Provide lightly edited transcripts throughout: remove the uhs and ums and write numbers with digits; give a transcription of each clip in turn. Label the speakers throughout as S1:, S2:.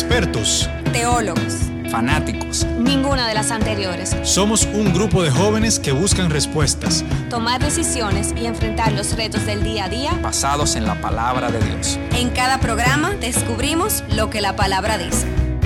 S1: expertos,
S2: teólogos,
S3: fanáticos.
S2: Ninguna de las anteriores.
S1: Somos un grupo de jóvenes que buscan respuestas,
S2: tomar decisiones y enfrentar los retos del día a día
S3: basados en la palabra de Dios.
S2: En cada programa descubrimos lo que la palabra dice.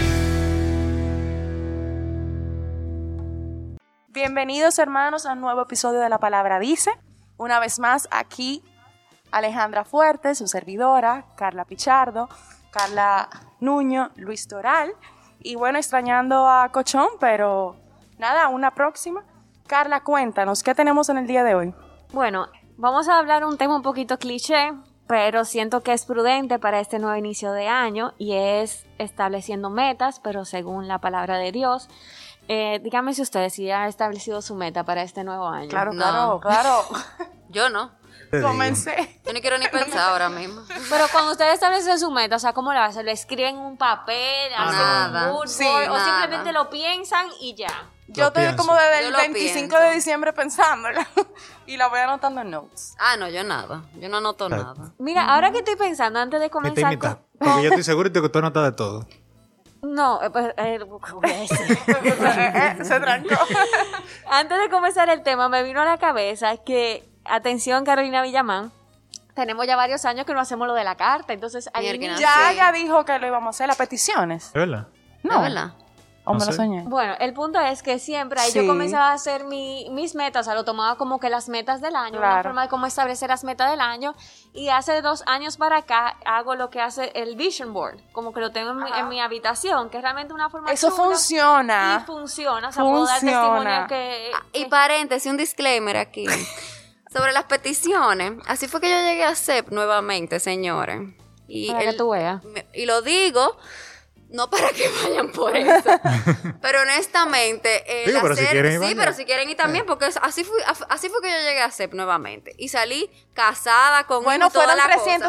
S4: Bienvenidos, hermanos, a un nuevo episodio de La Palabra Dice. Una vez más aquí Alejandra Fuerte, su servidora, Carla Pichardo, Carla Nuño, Luis Toral. Y bueno, extrañando a Cochón, pero nada, una próxima. Carla, cuéntanos, ¿qué tenemos en el día de hoy?
S5: Bueno, vamos a hablar un tema un poquito cliché, pero siento que es prudente para este nuevo inicio de año y es estableciendo metas, pero según la palabra de Dios. Díganme si ustedes si han establecido su meta para este nuevo año.
S4: Claro.
S6: Yo no.
S4: Comencé.
S6: Yo no quiero ni pensar ahora mismo.
S5: Pero cuando ustedes establecen su meta, o sea, ¿cómo lo hacen? ¿Lo escriben en un papel? ¿Hacen
S6: Nada.
S5: un mood
S4: Sí,
S5: board, o
S6: nada.
S5: simplemente lo piensan y ya?
S4: Yo estoy como desde
S6: Yo
S4: el
S6: lo
S4: 25
S6: pienso.
S4: de diciembre pensándola y la voy anotando en notes.
S6: Ah, no, yo nada. Yo no anoto nada.
S5: Mira, ahora que estoy pensando, antes de
S1: mitad y
S5: comenzar
S1: mitad. Porque yo estoy seguro de que tú notas de todo.
S5: No, pues, voy a decir.
S4: Se trancó.
S5: Antes de comenzar el tema, me vino a la cabeza que, atención Carolina Villamán, tenemos ya varios años que no hacemos lo de la carta, entonces al
S6: Mierda,
S5: inicio-
S4: Ya
S6: Sí.
S4: ella dijo que lo íbamos a hacer, las peticiones.
S1: ¿Es verdad?
S6: ¿No? ¿Verdad?
S4: O me
S1: No
S4: lo
S1: sé.
S4: soñé.
S5: Bueno, el punto es que siempre ahí
S4: Sí.
S5: yo comenzaba a hacer mis metas, o sea, lo tomaba como que las metas del año, una
S4: Claro.
S5: forma de cómo establecer las metas del año, y hace 2 años para acá hago lo que hace el Vision Board, como que lo tengo en mi habitación, que es realmente una forma
S4: Eso
S5: chula.
S4: funciona.
S5: Y funciona, o sea, puedo dar
S4: Funciona.
S5: testimonio que...
S6: Y paréntesis, un disclaimer aquí. Sobre las peticiones. Así fue que yo llegué a CEP nuevamente, señores. Y,
S5: Para que tú veas.
S6: y lo digo, no para que vayan por eso. Pero honestamente,
S1: Digo, pero si quieren ir,
S6: sí,
S1: vayan.
S6: pero si quieren ir también, porque así fue que yo llegué a CEP nuevamente. Y salí casada con
S4: Bueno,
S6: toda
S4: fueron
S6: la cosa.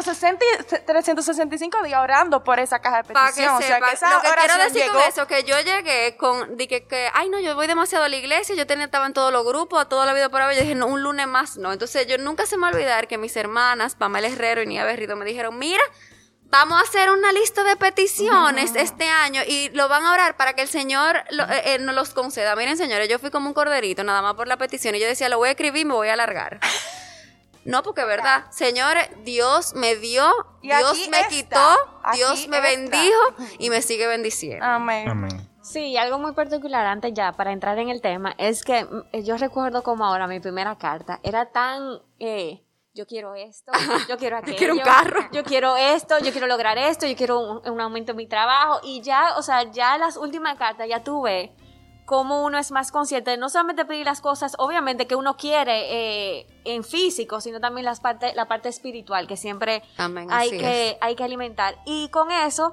S4: 365 días orando por esa caja de
S6: Para que
S4: petición. O sea,
S6: sepa,
S4: que esa
S6: lo que quiero
S4: oración
S6: decir
S4: llegó.
S6: con eso, que yo llegué con, ay no, yo voy demasiado a la iglesia, estaba en todos los grupos, a toda la vida por haber, yo dije, no, un lunes más no. Entonces yo nunca se me va a olvidar que mis hermanas, Pamela Herrero y Nia Berrido, me dijeron, mira, vamos a hacer una lista de peticiones este año y lo van a orar para que el Señor nos los conceda. Miren, señores, yo fui como un corderito nada más por la petición y yo decía, lo voy a escribir y me voy a alargar. No, porque es verdad, señores, Dios me dio,
S4: Y
S6: Dios
S4: aquí
S6: me
S4: está,
S6: quitó,
S4: aquí
S6: Dios me
S4: está.
S6: bendijo y me sigue bendiciendo.
S4: Amén.
S1: Amén.
S5: Sí, algo muy particular antes ya, para entrar en el tema, es que yo recuerdo como ahora mi primera carta era tan, yo quiero esto, yo quiero aquello,
S6: quiero un carro.
S5: yo quiero esto, yo quiero lograr esto, yo quiero un aumento en mi trabajo, y ya, o sea, ya las últimas cartas ya tuve cómo uno es más consciente de no solamente pedir las cosas, obviamente que uno quiere en físico, sino también la parte espiritual que siempre
S6: Amén,
S5: hay
S6: así
S5: que alimentar. Y con eso,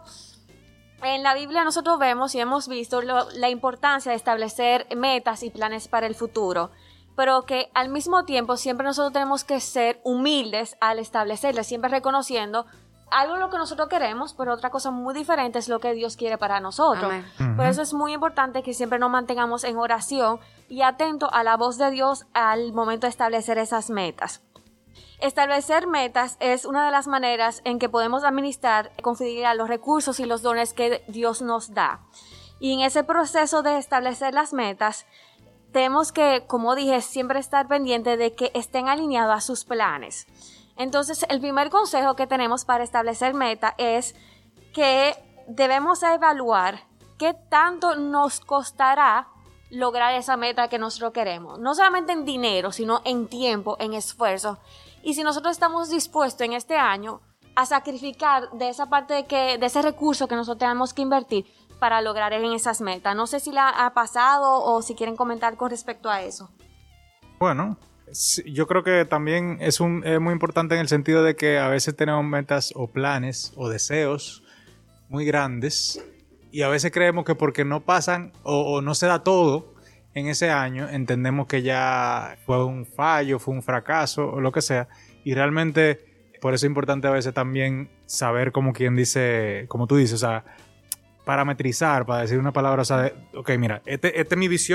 S5: en la Biblia nosotros vemos y hemos visto la importancia de establecer metas y planes para el futuro, pero que al mismo tiempo siempre nosotros tenemos que ser humildes al establecerlas, siempre reconociendo algo lo que nosotros queremos, pero otra cosa muy diferente es lo que Dios quiere para nosotros.
S6: Amén.
S5: Por eso es muy importante que siempre nos mantengamos en oración y atentos a la voz de Dios al momento de establecer esas metas. Establecer metas es una de las maneras en que podemos administrar con fidelidad los recursos y los dones que Dios nos da. Y en ese proceso de establecer las metas, tenemos que, como dije, siempre estar pendiente de que estén alineados a sus planes. Entonces, el primer consejo que tenemos para establecer meta es que debemos evaluar qué tanto nos costará lograr esa meta que nosotros queremos. No solamente en dinero, sino en tiempo, en esfuerzo. Y si nosotros estamos dispuestos en este año a sacrificar de esa parte de ese recurso que nosotros tenemos que invertir para lograr en esas metas. No sé si la ha pasado o si quieren comentar con respecto a eso.
S1: Bueno, sí, yo creo que también es muy importante en el sentido de que a veces tenemos metas o planes o deseos muy grandes y a veces creemos que porque no pasan o no se da todo en ese año, entendemos que ya fue un fallo, fue un fracaso o lo que sea, y realmente por eso es importante a veces también saber, como quien dice, como tú dices, o sea, parametrizar, para decir una palabra, o sea, ok, mira, esta es mi visión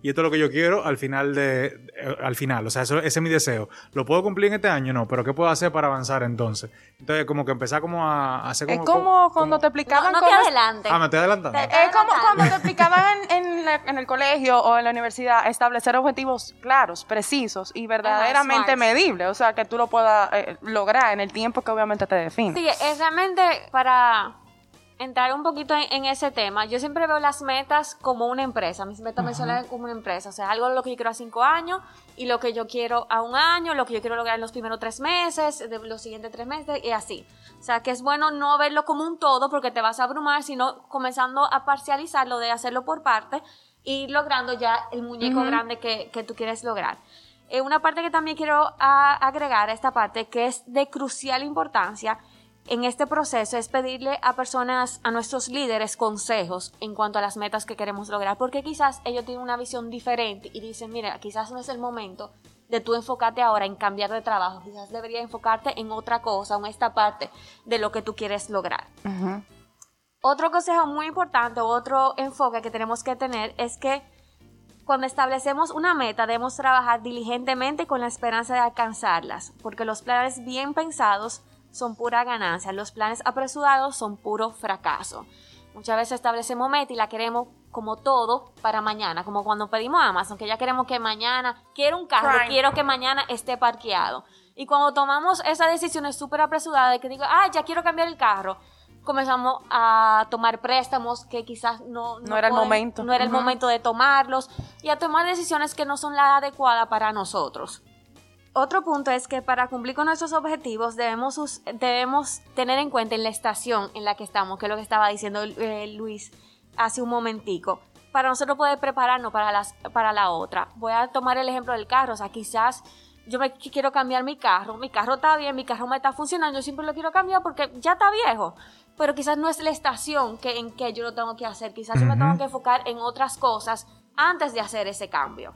S1: y esto es lo que yo quiero al final o sea, ese es mi deseo. ¿Lo puedo cumplir en este año? No, pero ¿qué puedo hacer para avanzar entonces? Entonces, como que empezar como a hacer como...
S4: Es como cuando te explicaban
S5: No te
S4: cómo...
S5: adelantes.
S1: me estoy adelantando.
S4: Es como cuando te explicaban en el colegio o en la universidad establecer objetivos claros, precisos y verdaderamente
S5: smart.
S4: medibles, o sea, que tú lo puedas lograr en el tiempo que obviamente te define.
S5: Sí, es realmente para entrar un poquito en ese tema. Yo siempre veo las metas como una empresa. Mis metas me suelen como una empresa. O sea, algo lo que yo quiero a 5 años y lo que yo quiero a 1 año, lo que yo quiero lograr en los primeros 3 meses, de los siguientes 3 meses y así. O sea, que es bueno no verlo como un todo porque te vas a abrumar, sino comenzando a parcializarlo, de hacerlo por parte y logrando ya el muñeco grande que tú quieres lograr. Una parte que también quiero agregar a esta parte, que es de crucial importancia en este proceso, es pedirle a personas, a nuestros líderes, consejos en cuanto a las metas que queremos lograr, porque quizás ellos tienen una visión diferente y dicen, mira, quizás no es el momento de tú enfocarte ahora en cambiar de trabajo, quizás deberías enfocarte en otra cosa, en esta parte de lo que tú quieres lograr. Otro consejo muy importante, otro enfoque que tenemos que tener es que cuando establecemos una meta debemos trabajar diligentemente con la esperanza de alcanzarlas, porque los planes bien pensados son pura ganancia, los planes apresurados son puro fracaso. Muchas veces establecemos meta y la queremos como todo para mañana, como cuando pedimos a Amazon, que ya queremos que mañana, quiero un carro, quiero que mañana esté parqueado. Y cuando tomamos esa decisión súper apresurada de que digo, ya quiero cambiar el carro, comenzamos a tomar préstamos que quizás no
S4: era el momento.
S5: No era el momento de tomarlos y a tomar decisiones que no son las adecuadas para nosotros. Otro punto es que para cumplir con nuestros objetivos debemos tener en cuenta en la estación en la que estamos, que es lo que estaba diciendo Luis hace un momentico, para nosotros poder prepararnos para la otra. Voy a tomar el ejemplo del carro, o sea, quizás yo quiero cambiar mi carro está bien, mi carro me está funcionando, yo siempre lo quiero cambiar porque ya está viejo, pero quizás no es la estación en que yo lo tengo que hacer, quizás yo me tengo que enfocar en otras cosas antes de hacer ese cambio.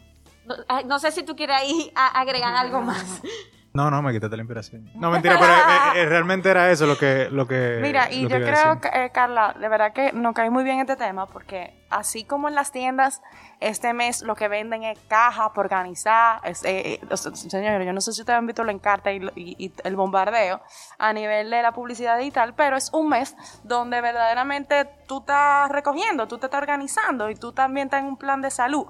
S5: No sé si tú quieres ahí agregar algo más.
S1: No, me quitaste la inspiración. No, mentira, pero realmente era eso lo que
S4: Mira, y yo creo, Carla, de verdad que nos cae muy bien este tema, porque así como en las tiendas, este mes lo que venden es caja por organizar. Señores, yo no sé si ustedes han visto el encarte y el bombardeo a nivel de la publicidad digital, pero es un mes donde verdaderamente tú estás recogiendo, tú te estás organizando y tú también estás en un plan de salud.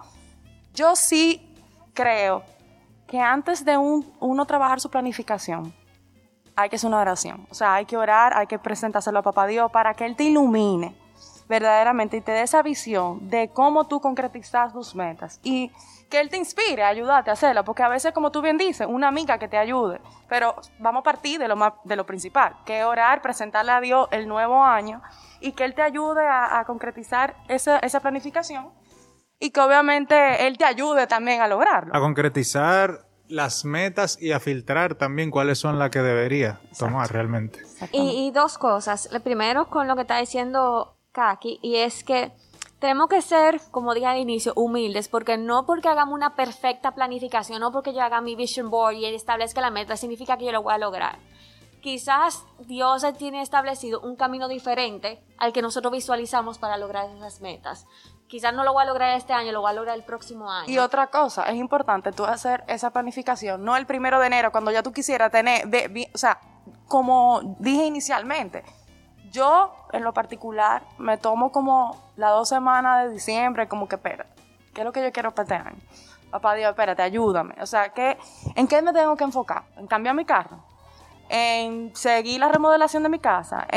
S4: Yo sí creo que antes de uno trabajar su planificación, hay que hacer una oración. O sea, hay que orar, hay que presentárselo a Papá Dios para que Él te ilumine verdaderamente y te dé esa visión de cómo tú concretizas tus metas. Y que Él te inspire a ayudarte a hacerla, porque a veces, como tú bien dices, una amiga que te ayude. Pero vamos a partir de lo principal, que es orar, presentarle a Dios el nuevo año y que Él te ayude a concretizar esa planificación. Y que obviamente Él te ayude también a lograrlo.
S1: A concretizar las metas y a filtrar también cuáles son las que debería tomar realmente.
S5: Y dos cosas. Lo primero, con lo que está diciendo Kaki, y es que tenemos que ser, como dije al inicio, humildes, porque no porque hagamos una perfecta planificación, no porque yo haga mi vision board y establezca la meta, significa que yo lo voy a lograr. Quizás Dios tiene establecido un camino diferente al que nosotros visualizamos para lograr esas metas. Quizás no lo voy a lograr este año, lo voy a lograr el próximo año.
S4: Y otra cosa, es importante tú hacer esa planificación, no el 1 de enero, cuando ya tú quisieras tener, o sea, como dije inicialmente, yo en lo particular me tomo como las 2 semanas de diciembre, como que espérate, ¿qué es lo que yo quiero para este año? Papá Dios, espérate, ayúdame. O sea, ¿en qué me tengo que enfocar? ¿En cambiar mi carro? ¿En seguir la remodelación de mi casa?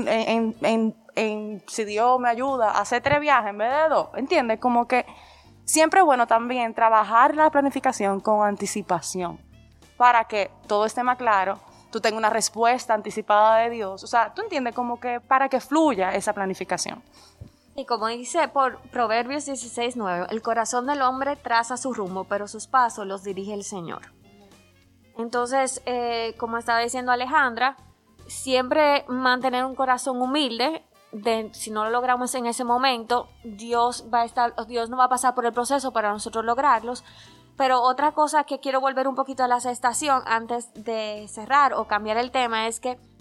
S4: ¿En si Dios me ayuda a hacer 3 viajes en vez de 2? ¿Entiendes? Como que siempre es bueno también trabajar la planificación con anticipación para que todo esté más claro, tú tengas una respuesta anticipada de Dios. O sea, tú entiendes, como que para que fluya esa planificación.
S5: Y como dice por Proverbios 16:9, el corazón del hombre traza su rumbo, pero sus pasos los dirige el Señor. Entonces, como estaba diciendo Alejandra, siempre mantener un corazón humilde. Si no lo logramos en ese momento, Dios no va a pasar por el proceso para nosotros lograrlos. Pero otra cosa que quiero volver un poquito a la estación antes de cerrar o cambiar el tema es que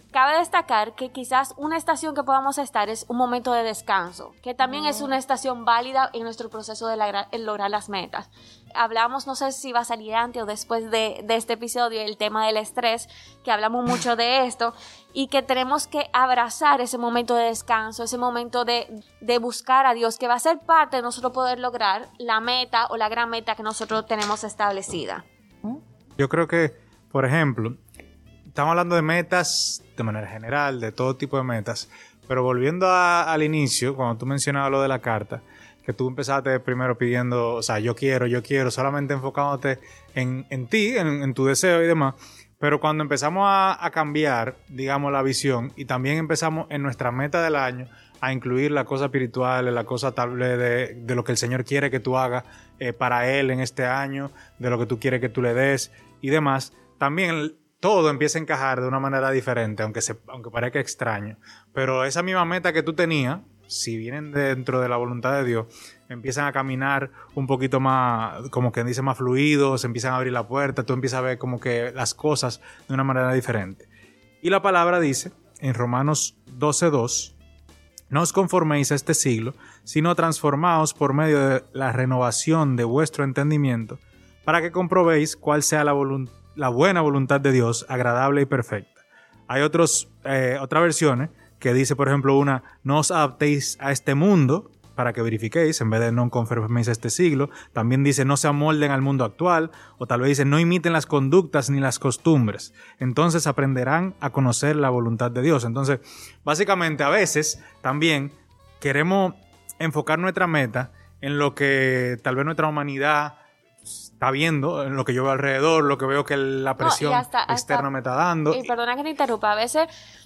S5: cabe destacar que quizás una estación que podamos estar es un momento de descanso, que también es una estación válida en nuestro proceso de lograr las metas. Hablamos, no sé si va a salir antes o después de este episodio, el tema del estrés, que hablamos mucho de esto, y que tenemos que abrazar ese momento de descanso, ese momento de buscar a Dios, que va a ser parte de nosotros poder lograr la meta o la gran meta que nosotros tenemos establecida.
S1: Yo creo que, por ejemplo, estamos hablando de metas de manera general, de todo tipo de metas, pero volviendo al inicio, cuando tú mencionabas lo de la carta, que tú empezaste primero pidiendo, o sea, yo quiero, solamente enfocándote en ti, en tu deseo y demás, pero cuando empezamos a cambiar, digamos, la visión y también empezamos en nuestra meta del año a incluir las cosas espirituales, las cosas tal vez de lo que el Señor quiere que tú hagas para Él en este año, de lo que tú quieres que tú le des y demás, también todo empieza a encajar de una manera diferente, aunque parezca extraño. Pero esa misma meta que tú tenías, si vienen dentro de la voluntad de Dios, empiezan a caminar un poquito más, como que dice, más fluidos, empiezan a abrir la puerta, tú empiezas a ver como que las cosas de una manera diferente. Y la palabra dice, en Romanos 12:2, no os conforméis a este siglo, sino transformaos por medio de la renovación de vuestro entendimiento, para que comprobéis cuál sea la buena voluntad de Dios, agradable y perfecta. Hay otras versiones que dice, por ejemplo, una, no os adaptéis a este mundo, para que verifiquéis, en vez de no conforméis a este siglo. También dice, no se amolden al mundo actual, o tal vez dice, no imiten las conductas ni las costumbres. Entonces aprenderán a conocer la voluntad de Dios. Entonces, básicamente, a veces también queremos enfocar nuestra meta en lo que tal vez nuestra humanidad está viendo, en lo que yo veo alrededor, lo que veo que la presión externa me está dando.
S5: Y perdona que te interrumpa, a veces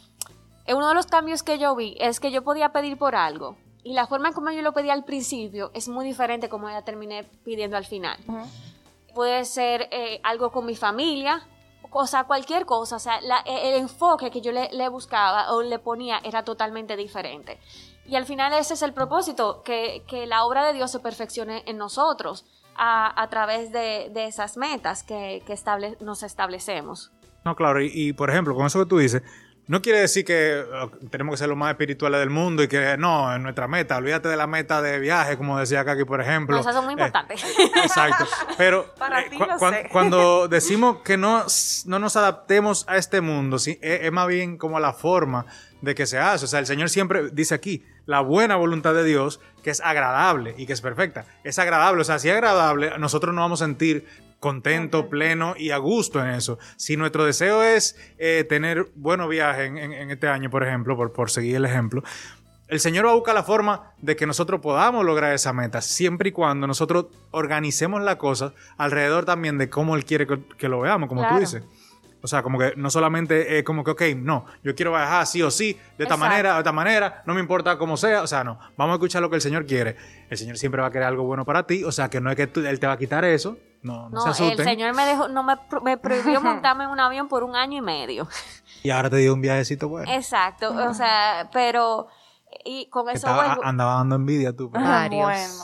S5: uno de los cambios que yo vi es que yo podía pedir por algo y la forma en como yo lo pedí al principio es muy diferente como ya terminé pidiendo al final. Puede ser algo con mi familia, o sea, cualquier cosa, o sea, el enfoque que yo le buscaba o le ponía era totalmente diferente. Y al final ese es el propósito, que la obra de Dios se perfeccione en nosotros a través de esas metas que nos establecemos.
S1: No, claro, y por ejemplo, con eso que tú dices, no quiere decir que tenemos que ser los más espirituales del mundo y que no, en nuestra meta, olvídate de la meta de viaje, como decía Kaki, por ejemplo.
S5: No, esas son muy importantes.
S1: Exacto. Pero
S4: Para ti
S1: cuando decimos que no nos adaptemos a este mundo, ¿sí? Es más bien como la forma de que se hace. O sea, el Señor siempre dice aquí, la buena voluntad de Dios, que es agradable y que es perfecta. Es agradable, o sea, si es agradable, nosotros nos vamos a sentir contento, pleno y a gusto en eso. Si nuestro deseo es tener buenos viajes en este año, por ejemplo, por seguir el ejemplo, el Señor va a buscar la forma de que nosotros podamos lograr esa meta, siempre y cuando nosotros organicemos las cosas alrededor también de cómo Él quiere que lo veamos, como tú dices. O sea, como que no solamente como que, ok, no, yo quiero viajar sí o sí, de esta manera, no me importa cómo sea, o sea, no, vamos a escuchar lo que el Señor quiere. El Señor siempre va a querer algo bueno para ti, o sea, que no es que Él te va a quitar eso, no se asusten.
S5: El Señor me prohibió montarme en un avión por 1 año y medio.
S1: Y ahora te dio un viajecito bueno.
S5: Exacto, o sea, pero... Y con eso
S1: andaba dando envidia tú. Pero.
S6: Varios.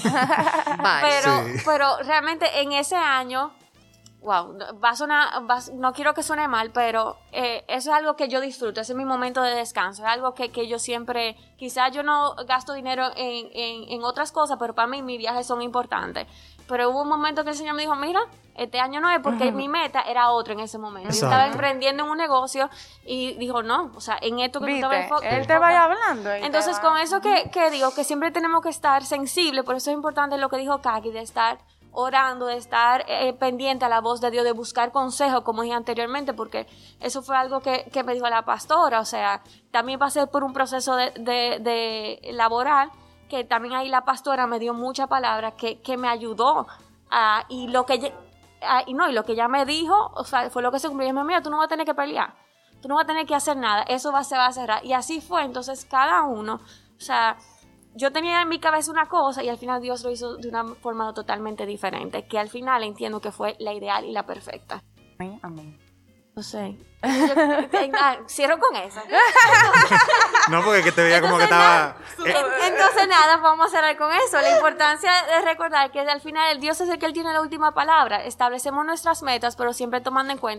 S5: Pero realmente en ese año... Wow, no quiero que suene mal, pero eso es algo que yo disfruto, ese es mi momento de descanso, es algo que yo siempre, quizás yo no gasto dinero en otras cosas, pero para mí mis viajes son importantes. Pero hubo un momento que el Señor me dijo, mira, este año no es, porque mi meta era otra en ese momento.
S1: Exacto.
S5: Yo estaba emprendiendo en un negocio y dijo, no, o sea, en esto que tú estabas enfocando.
S4: Él te vaya hablando.
S5: Entonces, con eso que digo, que siempre tenemos que estar sensibles, por eso es importante lo que dijo Kaki, de estar orando, de estar pendiente a la voz de Dios, de buscar consejo, como dije anteriormente, porque eso fue algo que me dijo la pastora. O sea, también pasé por un proceso de laboral, que también ahí la pastora me dio mucha palabra que me ayudó. Y lo que ella me dijo, o sea, fue lo que se cumplió. Yo me mira, tú no vas a tener que pelear, tú no vas a tener que hacer nada, eso se va a cerrar. Y así fue. Entonces cada uno, o sea, yo tenía en mi cabeza una cosa y al final Dios lo hizo de una forma totalmente diferente, que al final entiendo que fue la ideal y la perfecta.
S4: Amén.
S5: No sé. Cierro con eso.
S1: No, porque que te veía como que estaba...
S5: Entonces nada, vamos a cerrar con eso. La importancia de recordar que al final el Dios es el que Él tiene la última palabra. Establecemos nuestras metas, pero siempre tomando en cuenta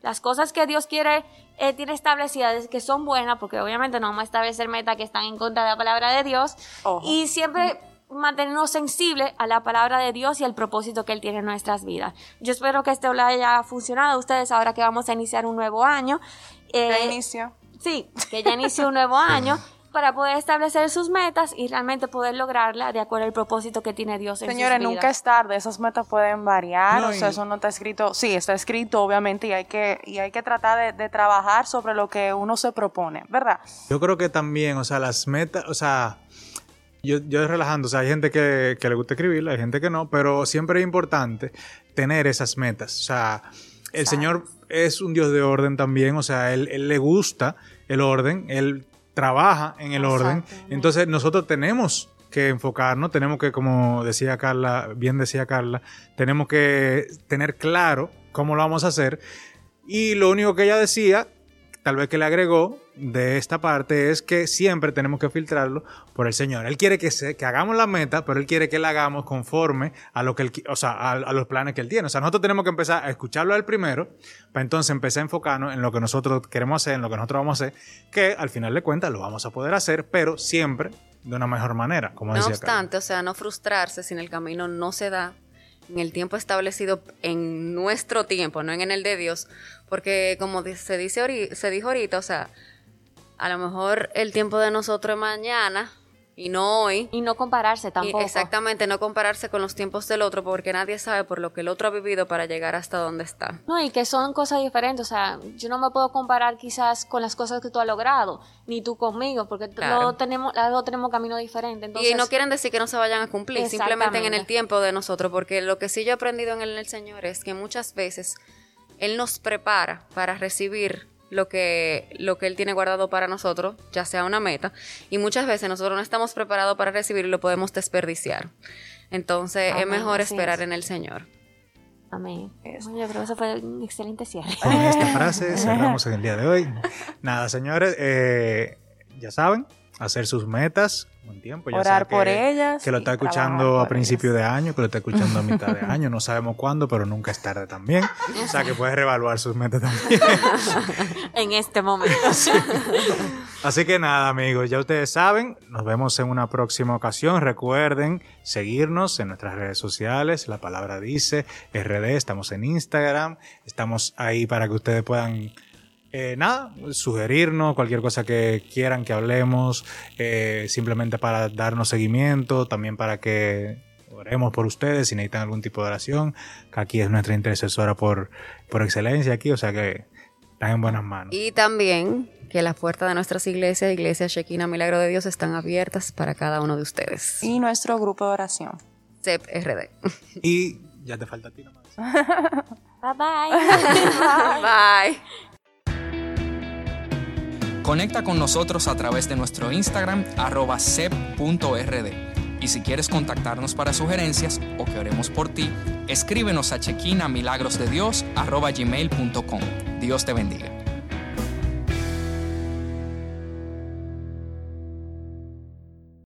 S5: las cosas que Dios tiene establecidas, que son buenas, porque obviamente no vamos a establecer metas que están en contra de la palabra de Dios,
S4: Ojo.
S5: y siempre mantenernos sensibles a la palabra de Dios y al propósito que Él tiene en nuestras vidas. Yo espero que esto le haya funcionado a ustedes ahora que vamos a iniciar un nuevo año.
S4: De inicio.
S5: Sí, que ya inició un nuevo año, para poder establecer sus metas y realmente poder lograrla de acuerdo al propósito que tiene Dios en
S4: Señores,
S5: sus vidas.
S4: nunca es tarde, esas metas pueden variar,
S1: No,
S4: o sea, eso no está escrito, sí, está escrito obviamente y hay que tratar de trabajar sobre lo que uno se propone, ¿verdad?
S1: Yo creo que también, o sea, las metas, o sea, yo relajando, o sea, hay gente que le gusta escribir, hay gente que no, pero siempre es importante tener esas metas. O sea, el Señor es un Dios de orden también, o sea, él le gusta el orden, Él trabaja en el orden. Entonces nosotros tenemos que enfocarnos, tenemos que, como decía Carla, tenemos que tener claro cómo lo vamos a hacer. Y lo único que ella decía, tal vez que le agregó de esta parte, es que siempre tenemos que filtrarlo por el Señor. Él quiere que hagamos la meta, pero Él quiere que la hagamos conforme a lo que Él, o sea, a los planes que Él tiene. O sea, nosotros tenemos que empezar a escucharlo a Él primero, para entonces empezar a enfocarnos en lo que nosotros queremos hacer, en lo que nosotros vamos a hacer, que al final de cuentas lo vamos a poder hacer, pero siempre de una mejor manera, como decía
S6: No obstante,
S1: Carla.
S6: o sea, no frustrarse si en el camino no se da en el tiempo establecido, en nuestro tiempo, no en el de Dios, porque como se dijo ahorita, o sea, a lo mejor el tiempo de nosotros es mañana y no hoy.
S5: Y no compararse tampoco.
S6: Y exactamente, no compararse con los tiempos del otro, porque nadie sabe por lo que el otro ha vivido para llegar hasta donde está.
S5: No, y que son cosas diferentes, o sea, yo no me puedo comparar quizás con las cosas que tú has logrado, ni tú conmigo, porque
S6: Claro.
S5: los dos tenemos camino diferente. Entonces,
S6: Y no quieren decir que no se vayan a cumplir, simplemente en el
S5: Exactamente.
S6: tiempo de nosotros, porque lo que sí yo he aprendido en el Señor es que muchas veces Él nos prepara para recibir lo que Él tiene guardado para nosotros, ya sea una meta, y muchas veces nosotros no estamos preparados para recibir y lo podemos desperdiciar. Entonces es
S5: Amén,
S6: mejor
S5: así
S6: esperar
S5: es.
S6: en el Señor.
S5: Amén. Bueno, yo creo que eso fue un excelente cierre.
S1: Con esta frase cerramos en el día de hoy. Nada, señores, ya saben, hacer sus metas con tiempo. Ya
S4: Orar
S1: sea
S4: por ellas
S1: que lo
S4: y
S1: está
S4: trabajar
S1: escuchando
S4: por
S1: a principio de año, que lo está escuchando a mitad de año. No sabemos cuándo, pero nunca es tarde también. O sea, que puedes reevaluar sus metas también.
S5: En este momento.
S1: Así que nada, amigos, ya ustedes saben, nos vemos en una próxima ocasión. Recuerden seguirnos en nuestras redes sociales, La Palabra Dice, RD, estamos en Instagram, estamos ahí para que ustedes puedan, sugerirnos cualquier cosa que quieran que hablemos, simplemente para darnos seguimiento, también para que oremos por ustedes si necesitan algún tipo de oración, que aquí es nuestra intercesora por excelencia aquí, o sea que están en buenas manos.
S6: Y también que las puertas de nuestras iglesias, Iglesia Shekinah Milagro de Dios, están abiertas para cada uno de ustedes.
S4: Y nuestro grupo de oración.
S6: CEP RD.
S1: Y ya te falta a ti nomás.
S5: Bye bye.
S6: Bye.
S3: Conecta con nosotros a través de nuestro Instagram @cep.rd. Y si quieres contactarnos para sugerencias o que oremos por ti, escríbenos a chequinamilagrosdedios@gmail.com. Dios te bendiga.